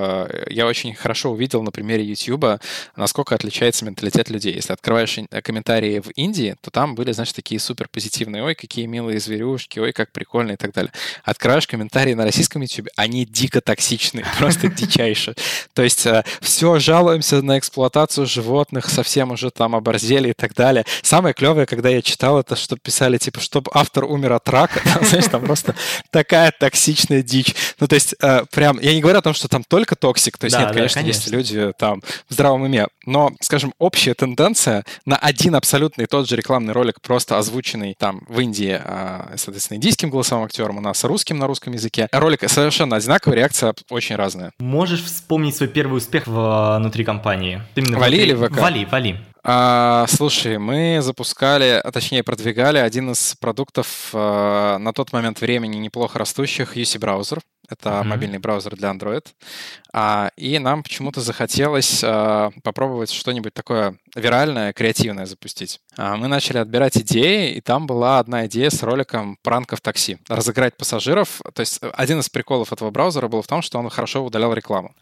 я очень хорошо увидел на примере YouTube, насколько отличается менталитет людей. Если открываешь комментарии в Индии, то там были, значит, такие супер позитивные: ой, какие милые зверюшки, ой, как прикольно и так далее. Открываешь комментарии на российском YouTube, они дико токсичные, просто дичайшие. То есть все, жалуемся на эксплуатацию животных, совсем уже там оборзели и так далее. Самое клевое, когда я читал это, что писали, типа, чтобы автор умер от рака, там, знаешь, там просто такая токсичная дичь. Ну, то есть прям, я не говорю о том, что там только токсик, то есть нет, конечно, есть люди там в здравом уме, но, скажем, общая тенденция на один абсолютно и тот же рекламный ролик, просто озвученный там в Индии, соответственно, индийским голосовым актером, у нас русским на русском языке, ролик совершенно одинаковый, реакция очень разная. Можешь вспомнить свой первый успех внутри компании? В Али или в ВК? В Али. Слушай, мы запускали, а точнее продвигали один из продуктов на тот момент времени неплохо растущих, UC браузер. Это мобильный браузер для Android. И нам почему-то захотелось попробовать что-нибудь такое виральное, креативное запустить. Мы начали отбирать идеи, и там была одна идея с роликом пранка в такси. Разыграть пассажиров. То есть один из приколов этого браузера был в том, что он хорошо удалял рекламу.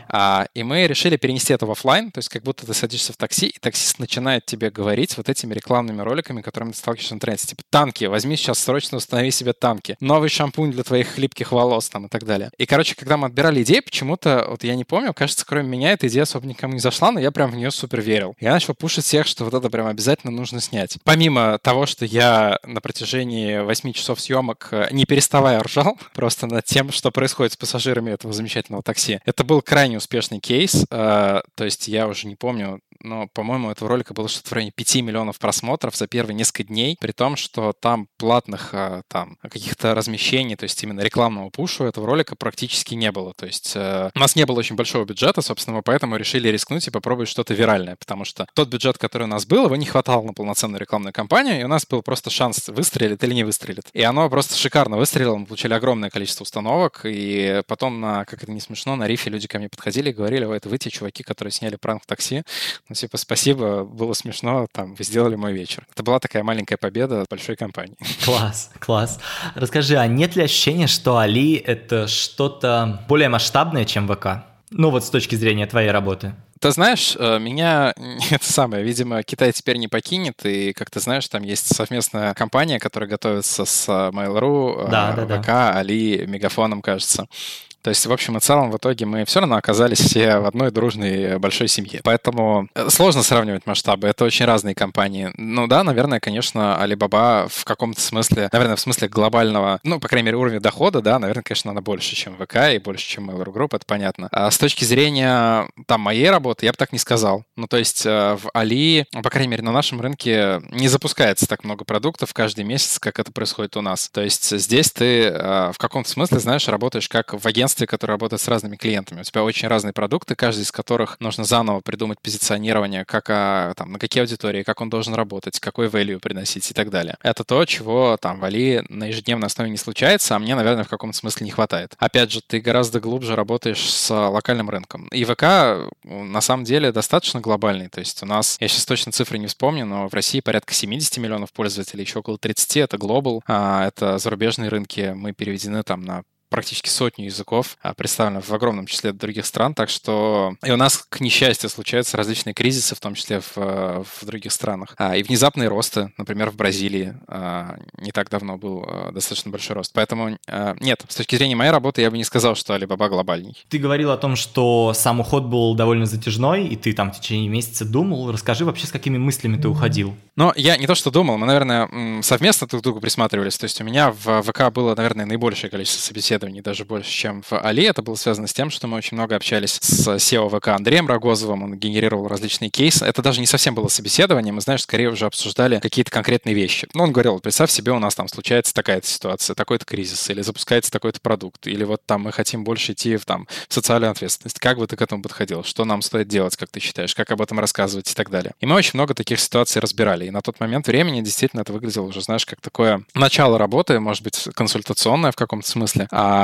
И мы решили перенести это в офлайн, то есть как будто ты садишься в такси, и таксист начинает тебе говорить вот этими рекламными роликами, которыми ты сталкиваешься в интернете. Типа танки, возьми сейчас срочно установи себе танки. Новый шампунь для твоих хлипких волос там и так далее. И, короче, когда мы отбирали идеи, почему-то, вот я не помню, кажется, кроме меня эта идея особо никому не зашла, но я прям в нее супер верил. Я начал пушить всех, что вот это прям обязательно нужно снять. Помимо того, что я на протяжении 8 часов съемок не переставая ржал просто над тем, что происходит с пассажирами этого замечательного такси. Это был крайне успешный кейс. То есть я уже не помню, но, по-моему, этого ролика было что-то в районе 5 миллионов просмотров за первые несколько дней, при том, что там платных там каких-то размещений, то есть именно рекламного пуша этого ролика практически не было. То есть у нас не было очень большого бюджета, собственно, мы поэтому решили рискнуть и попробовать что-то виральное, потому что тот бюджет, который у нас был, его не хватало на полноценную рекламную кампанию, и у нас был просто шанс, выстрелит или не выстрелит. И оно просто шикарно выстрелило, мы получили огромное количество установок, и потом, как это не смешно, на рифе люди ко мне подходили и говорили: ой, это вы те чуваки, которые сняли пранк в такси. Ну, типа, спасибо, было смешно, там, вы сделали мой вечер. Это была такая маленькая победа большой компании. Класс, класс. Расскажи, а нет ли ощущения, что Али — это что-то более масштабное, чем ВК? Ну вот с точки зрения твоей работы. Ты знаешь, меня это самое, видимо, Китай теперь не покинет, и, как ты знаешь, там есть совместная компания, которая готовится с Mail.ru, ВК, Али, Мегафоном, кажется. То есть, в общем и целом, в итоге мы все равно оказались все в одной дружной большой семье. Поэтому сложно сравнивать масштабы. Это очень разные компании. Ну да, наверное, конечно, Alibaba в каком-то смысле, наверное, в смысле глобального, ну, по крайней мере, уровня дохода, да, наверное, конечно, она больше, чем ВК и больше, чем Mail.ru Group, это понятно. А с точки зрения там моей работы, я бы так не сказал. Ну, то есть в Али, по крайней мере, на нашем рынке не запускается так много продуктов каждый месяц, как это происходит у нас. То есть здесь ты в каком-то смысле, знаешь, работаешь как в агентстве, которые работают с разными клиентами. У тебя очень разные продукты, каждый из которых нужно заново придумать позиционирование, как, там, на какие аудитории, как он должен работать, какой value приносить и так далее. Это то, чего там в Али на ежедневной основе не случается, а мне, наверное, в каком-то смысле не хватает. Опять же, ты гораздо глубже работаешь с локальным рынком. И ВК на самом деле достаточно глобальный. То есть у нас, я сейчас точно цифры не вспомню, но в России порядка 70 миллионов пользователей, еще около 30 — это global, это зарубежные рынки. Мы переведены там на практически сотню языков, представлено в огромном числе других стран, так что и у нас, к несчастью, случаются различные кризисы, в том числе в других странах. И внезапные росты, например, в Бразилии не так давно был достаточно большой рост. Поэтому нет, с точки зрения моей работы я бы не сказал, что Alibaba глобальный. Ты говорил о том, что сам уход был довольно затяжной, и ты там в течение месяца думал. Расскажи вообще, с какими мыслями ты уходил? Но я не то что думал, мы, наверное, совместно друг к другу присматривались. То есть у меня в ВК было, наверное, наибольшее количество собеседований, даже больше, чем в Али. Это было связано с тем, что мы очень много общались с SEO ВК Андреем Рогозовым, он генерировал различные кейсы. Это даже не совсем было собеседование, мы, знаешь, скорее уже обсуждали какие-то конкретные вещи. Ну, он говорил: представь себе, у нас там случается такая-то ситуация, такой-то кризис, или запускается такой-то продукт, или вот там мы хотим больше идти в социальную ответственность. Как бы ты к этому подходил? Что нам стоит делать, как ты считаешь? Как об этом рассказывать и так далее? И мы очень много таких ситуаций разбирали. И на тот момент времени действительно это выглядело уже, знаешь, как такое начало работы, может быть, консультационное в каком-то смысле.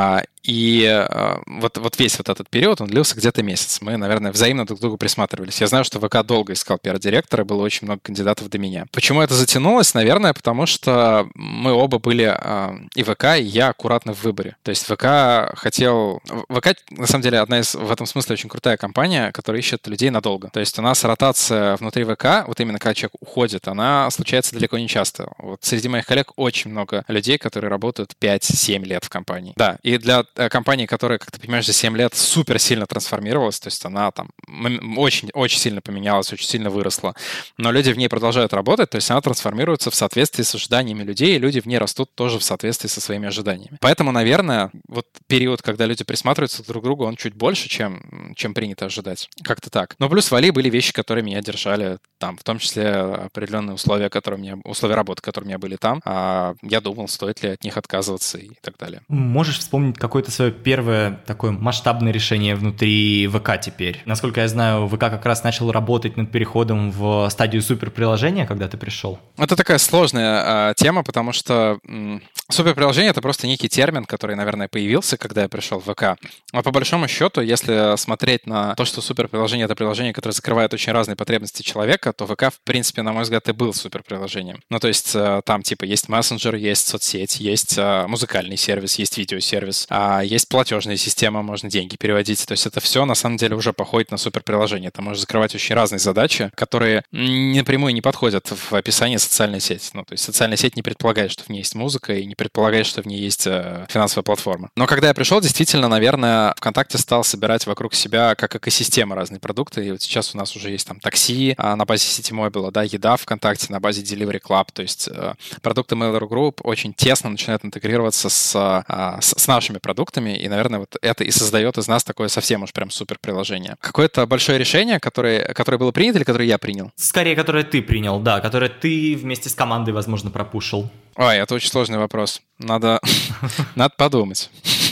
И вот весь вот этот период, он длился где-то месяц. Мы, наверное, взаимно друг к другу присматривались. Я знаю, что ВК долго искал пиар-директора, было очень много кандидатов до меня. Почему это затянулось? Наверное, потому что мы оба были, и ВК, и я, аккуратны в выборе. То есть ВК хотел... ВК, на самом деле, одна из, в этом смысле, очень крутая компания, которая ищет людей надолго. То есть у нас ротация внутри ВК, вот именно когда человек уходит, она случается далеко не часто. Вот среди моих коллег очень много людей, которые работают 5-7 лет в компании. Да, и для компании, которая, как ты понимаешь, за 7 лет супер сильно трансформировалась, то есть она там очень сильно поменялась, очень сильно выросла, но люди в ней продолжают работать, то есть она трансформируется в соответствии с ожиданиями людей, и люди в ней растут тоже в соответствии со своими ожиданиями. Поэтому, наверное, вот период, когда люди присматриваются друг к другу, он чуть больше, чем принято ожидать. Как-то так. Но плюс в Али были вещи, которые меня держали там, в том числе определенные условия, условия работы, которые у меня были там. Я думал, стоит ли от них отказываться и так далее. Можешь вспомнить какое-то свое первое такое масштабное решение внутри ВК теперь? Насколько я знаю, ВК как раз начал работать над переходом в стадию суперприложения, когда ты пришел. Это такая сложная тема, потому что суперприложение — это просто некий термин, который, наверное, появился, когда я пришел в ВК. А по большому счету, если смотреть на то, что суперприложение — это приложение, которое закрывает очень разные потребности человека, то ВК, в принципе, на мой взгляд, и был суперприложением. Ну, то есть там, типа, есть мессенджер, есть соцсеть, есть музыкальный сервис, есть видеосервис, есть платежная система, можно деньги переводить. То есть это все, на самом деле, уже походит на суперприложение. Ты можешь закрывать очень разные задачи, которые напрямую не подходят в описании социальной сети. Ну, то есть социальная сеть не предполагает, что в ней есть музыка, и не предполагает, что в ней есть финансовая платформа. Но когда я пришел, действительно, наверное, ВКонтакте стал собирать вокруг себя как экосистема разные продукты. И вот сейчас у нас уже есть там такси на базе Ситимобила, да, еда ВКонтакте на базе Delivery Club. То есть продукты Mail.ru Group очень тесно начинают интегрироваться с нашими продуктами. И, наверное, вот это и создает из нас такое совсем уж прям супер приложение. Какое-то большое решение, которое было принято или которое я принял? Скорее, которое ты принял, да, которое ты вместе с командой, возможно, пропушил. Ой, это очень сложный вопрос. Надо подумать.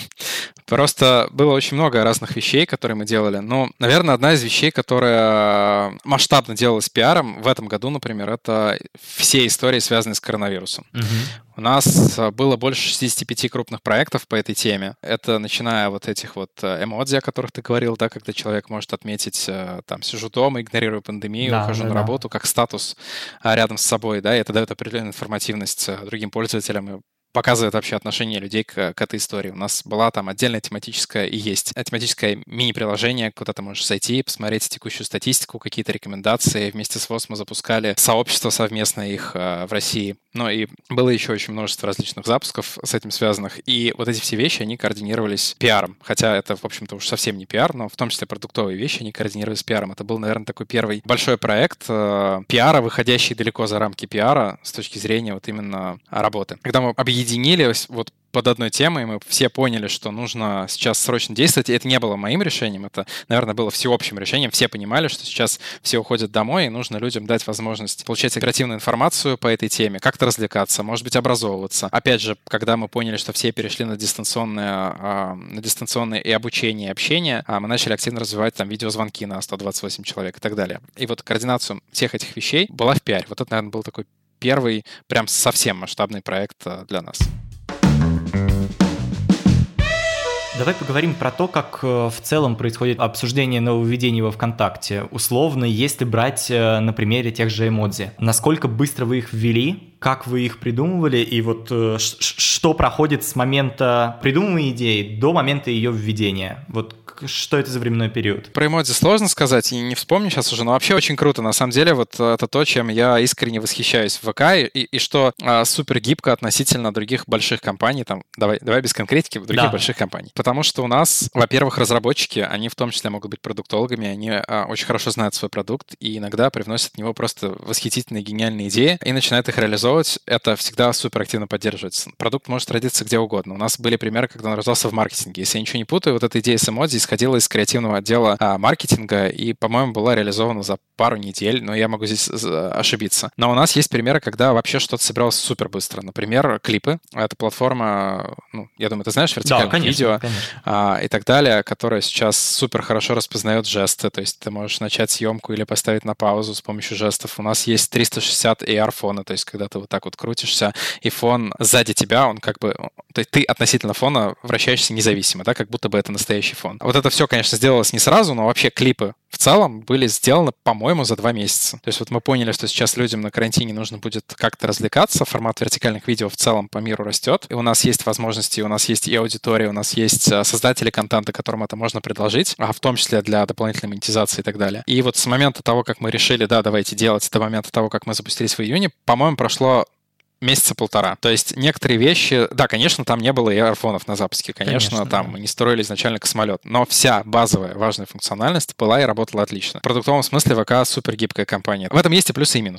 Просто было очень много разных вещей, которые мы делали. Но, наверное, одна из вещей, которая масштабно делалась пиаром в этом году, например, это все истории, связанные с коронавирусом. У нас было больше 65 крупных проектов по этой теме. Это начиная вот этих вот эмодзи, о которых ты говорил, да, когда человек может отметить, там, сижу дома, игнорирую пандемию, ухожу на работу, как статус рядом с собой, да, и это дает определенную информативность другим пользователям и показывает вообще отношение людей к этой истории. У нас была там отдельная тематическая и есть тематическое мини-приложение, куда ты можешь зайти, посмотреть текущую статистику, какие-то рекомендации. Вместе с ВОС мы запускали сообщество совместное их в России. Ну и было еще очень множество различных запусков с этим связанных. И вот эти все вещи, они координировались пиаром. Хотя это, в общем-то, уж совсем не пиар, но в том числе продуктовые вещи, они координировались пиаром. Это был, наверное, такой первый большой проект пиара, выходящий далеко за рамки пиара с точки зрения вот именно работы. Когда мы объединились вот под одной темой, мы все поняли, что нужно сейчас срочно действовать. И это не было моим решением, это, наверное, было всеобщим решением. Все понимали, что сейчас все уходят домой, и нужно людям дать возможность получать оперативную информацию по этой теме, как-то развлекаться, может быть, образовываться. Опять же, когда мы поняли, что все перешли на дистанционное и обучение, и общение, мы начали активно развивать там видеозвонки на 128 человек и так далее. И вот координация всех этих вещей была в пиаре. Вот это, наверное, был такой первый прям совсем масштабный проект для нас. Давай поговорим про то, как в целом происходит обсуждение нововведений во ВКонтакте. Условно, если брать на примере тех же эмодзи. Насколько быстро вы их ввели, как вы их придумывали, и вот что проходит с момента придумывания идеи до момента ее введения? Вот что это за временной период? Про эмодзи сложно сказать, и не вспомню сейчас уже, но вообще очень круто. На самом деле, вот это то, чем я искренне восхищаюсь в ВК, и что супер гибко относительно других больших компаний, там, давай без конкретики, других больших компаний. Потому что у нас, во-первых, разработчики, они в том числе могут быть продуктологами, они очень хорошо знают свой продукт и иногда привносят в него просто восхитительные, гениальные идеи и начинают их реализовывать. Это всегда супер активно поддерживается. Продукт может родиться где угодно. У нас были примеры, когда он рождался в маркетинге. Если я ничего не путаю, вот эта идея с эмодзи исходила из креативного отдела маркетинга и, по-моему, была реализована за пару недель, но я могу здесь ошибиться. Но у нас есть примеры, когда вообще что-то собиралось супер быстро. Например, клипы. Это платформа, ну, я думаю, ты знаешь, вертикальное видео. И так далее, которая сейчас супер хорошо распознает жесты, то есть ты можешь начать съемку или поставить на паузу с помощью жестов. У нас есть 360 AR-фона, то есть когда ты вот так вот крутишься, и фон сзади тебя, он как бы... То есть ты относительно фона вращаешься независимо, да, как будто бы это настоящий фон. Вот это все, конечно, сделалось не сразу, но вообще клипы в целом были сделаны, по-моему, за 2 месяца. То есть вот мы поняли, что сейчас людям на карантине нужно будет как-то развлекаться, формат вертикальных видео в целом по миру растет, и у нас есть возможности, у нас есть и аудитория, у нас есть создатели контента, которым это можно предложить, в том числе для дополнительной монетизации и так далее. И вот с момента того, как мы решили, да, давайте делать, до момента того, как мы запустились в июне, по-моему, прошло месяца полтора. То есть некоторые вещи... Да, конечно, там не было и AR-фонов на запуске. Конечно, там мы не строили изначально космолет. Но вся базовая важная функциональность была и работала отлично. В продуктовом смысле ВК супер гибкая компания. В этом есть и плюсы, и минусы.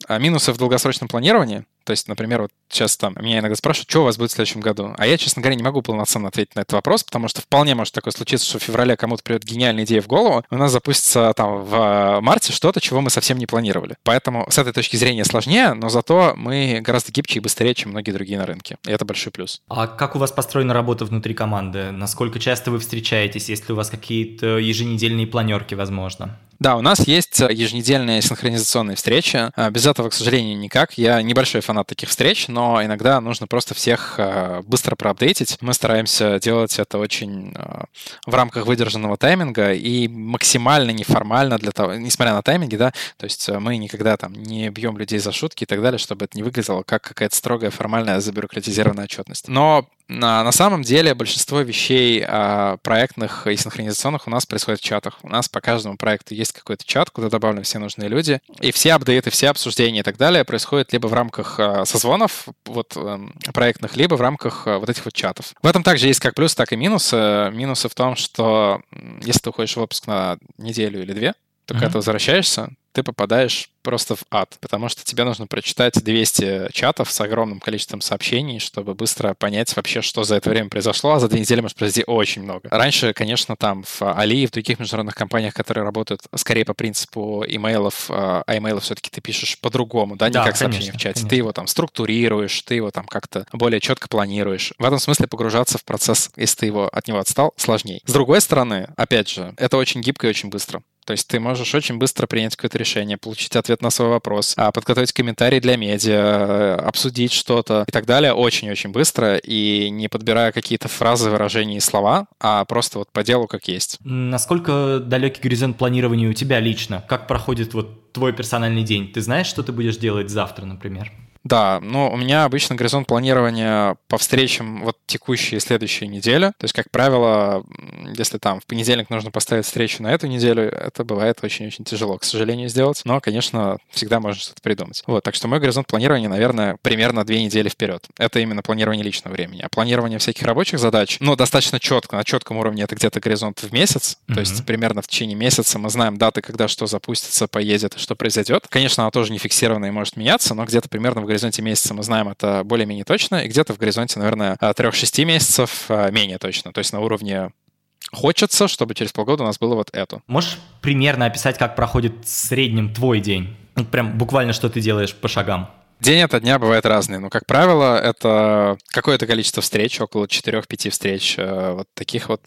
Минусы в долгосрочном планировании. То есть, например, вот сейчас там меня иногда спрашивают, что у вас будет в следующем году. А я, честно говоря, не могу полноценно ответить на этот вопрос, потому что вполне может такое случиться, что в феврале кому-то придет гениальная идея в голову, и у нас запустится там в марте что-то, чего мы совсем не планировали. Поэтому с этой точки зрения сложнее, но зато мы гораздо гибче и быстрее, чем многие другие на рынке. И это большой плюс. А как у вас построена работа внутри команды? Насколько часто вы встречаетесь? Есть ли у вас какие-то еженедельные планерки, возможно? Да, у нас есть еженедельные синхронизационные встречи. Без этого, к сожалению, никак. Я небольшой фанат таких встреч, но иногда нужно просто всех быстро проапдейтить. Мы стараемся делать это очень в рамках выдержанного тайминга и максимально неформально для того, несмотря на тайминги, да, то есть мы никогда там не бьем людей за шутки и так далее, чтобы это не выглядело как какая-то строгая, формальная, забюрократизированная отчетность. Но на самом деле большинство вещей проектных и синхронизационных у нас происходит в чатах. У нас по каждому проекту есть какой-то чат, куда добавлены все нужные люди. И все апдейты, все обсуждения и так далее происходят либо в рамках созвонов проектных, либо в рамках вот этих вот чатов. В этом также есть как плюсы, так и минусы. Минусы в том, что если ты уходишь в отпуск на неделю или две, то когда ты возвращаешься, ты попадаешь просто в ад, потому что тебе нужно прочитать 200 чатов с огромным количеством сообщений, чтобы быстро понять вообще, что за это время произошло, а за 2 недели может произойти очень много. Раньше, конечно, там в Али и в других международных компаниях, которые работают скорее по принципу имейлов, а имейлов все-таки ты пишешь по-другому, да, не как сообщение в чате. Конечно. Ты его там структурируешь, ты его там как-то более четко планируешь. В этом смысле погружаться в процесс, если ты от него отстал, сложнее. С другой стороны, опять же, это очень гибко и очень быстро. То есть ты можешь очень быстро принять какое-то решение, получить ответ на свой вопрос, подготовить комментарий для медиа, обсудить что-то и так далее очень-очень быстро и не подбирая какие-то фразы, выражения и слова, а просто вот по делу как есть. Насколько далекий горизонт планирования у тебя лично? Как проходит вот твой персональный день? Ты знаешь, что ты будешь делать завтра, например? Да, но у меня обычно горизонт планирования по встречам вот текущей и следующей неделе. То есть, как правило, если там в понедельник нужно поставить встречу на эту неделю, это бывает очень-очень тяжело, к сожалению, сделать. Но, конечно, всегда можно что-то придумать. Вот, так что мой горизонт планирования, наверное, примерно 2 недели вперед. Это именно планирование личного времени. А планирование всяких рабочих задач, достаточно четко, на четком уровне это где-то горизонт в месяц. То есть примерно в течение месяца мы знаем даты, когда что запустится, поедет и что произойдет. Конечно, она тоже не фиксирована и может меняться, но где-то примерно в горизонте месяца мы знаем это более-менее точно, и где-то в горизонте, наверное, 3-6 месяцев менее точно. То есть на уровне хочется, чтобы через полгода у нас было вот это. Можешь примерно описать, как проходит в среднем твой день? Вот прям буквально, что ты делаешь по шагам. День ото дня бывает разный, но, как правило, это какое-то количество встреч, около 4-5 встреч, вот таких вот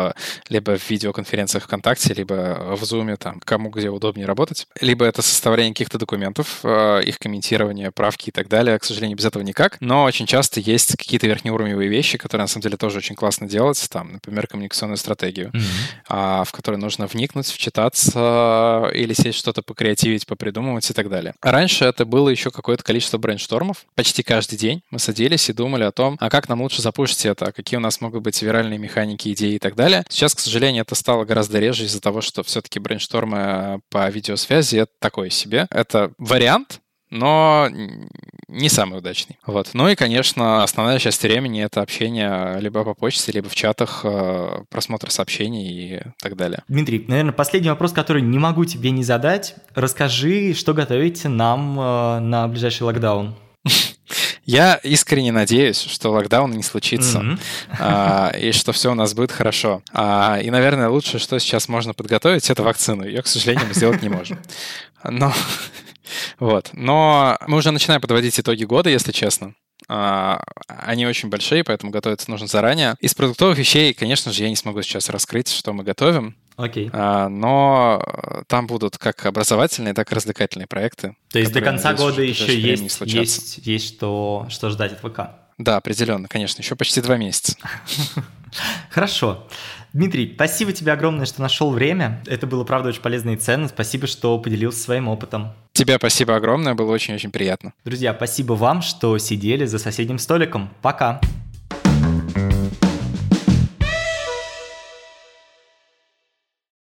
либо в видеоконференциях ВКонтакте, либо в Zoom, там, кому где удобнее работать. Либо это составление каких-то документов, их комментирование, правки и так далее. К сожалению, без этого никак. Но очень часто есть какие-то верхнеуровневые вещи, которые, на самом деле, тоже очень классно делать. Там, например, коммуникационную стратегию, в которой нужно вникнуть, вчитаться или сесть что-то покреативить, попридумывать и так далее. Раньше это было еще какое-то количество брейнштормов. Почти каждый день мы садились и думали о том, а как нам лучше запушить это, какие у нас могут быть виральные механики, идеи и так далее. Сейчас, к сожалению, это стало гораздо реже из-за того, что все-таки брейнштормы по видеосвязи — это такое себе. Это вариант, но не самый удачный. Вот. Ну и, конечно, основная часть времени — это общение либо по почте, либо в чатах, просмотр сообщений и так далее. Дмитрий, наверное, последний вопрос, который не могу тебе не задать. Расскажи, что готовите нам на ближайший локдаун. Я искренне надеюсь, что локдаун не случится, и что все у нас будет хорошо. И, наверное, лучшее, что сейчас можно подготовить, это вакцину. Ее, к сожалению, мы сделать не можем. Но мы уже начинаем подводить итоги года, если честно. Они очень большие, поэтому готовиться нужно заранее. Из продуктовых вещей, конечно же, я не смогу сейчас раскрыть, что мы готовим. Окей. Но там будут как образовательные, так и развлекательные проекты. То есть до конца года еще есть что ждать от ВК? Да, определенно, конечно. Еще почти 2 месяца. Хорошо. Дмитрий, спасибо тебе огромное, что нашел время. Это было, правда, очень полезно и ценно. Спасибо, что поделился своим опытом. Тебе спасибо огромное, было очень-очень приятно. Друзья, спасибо вам, что сидели за соседним столиком. Пока.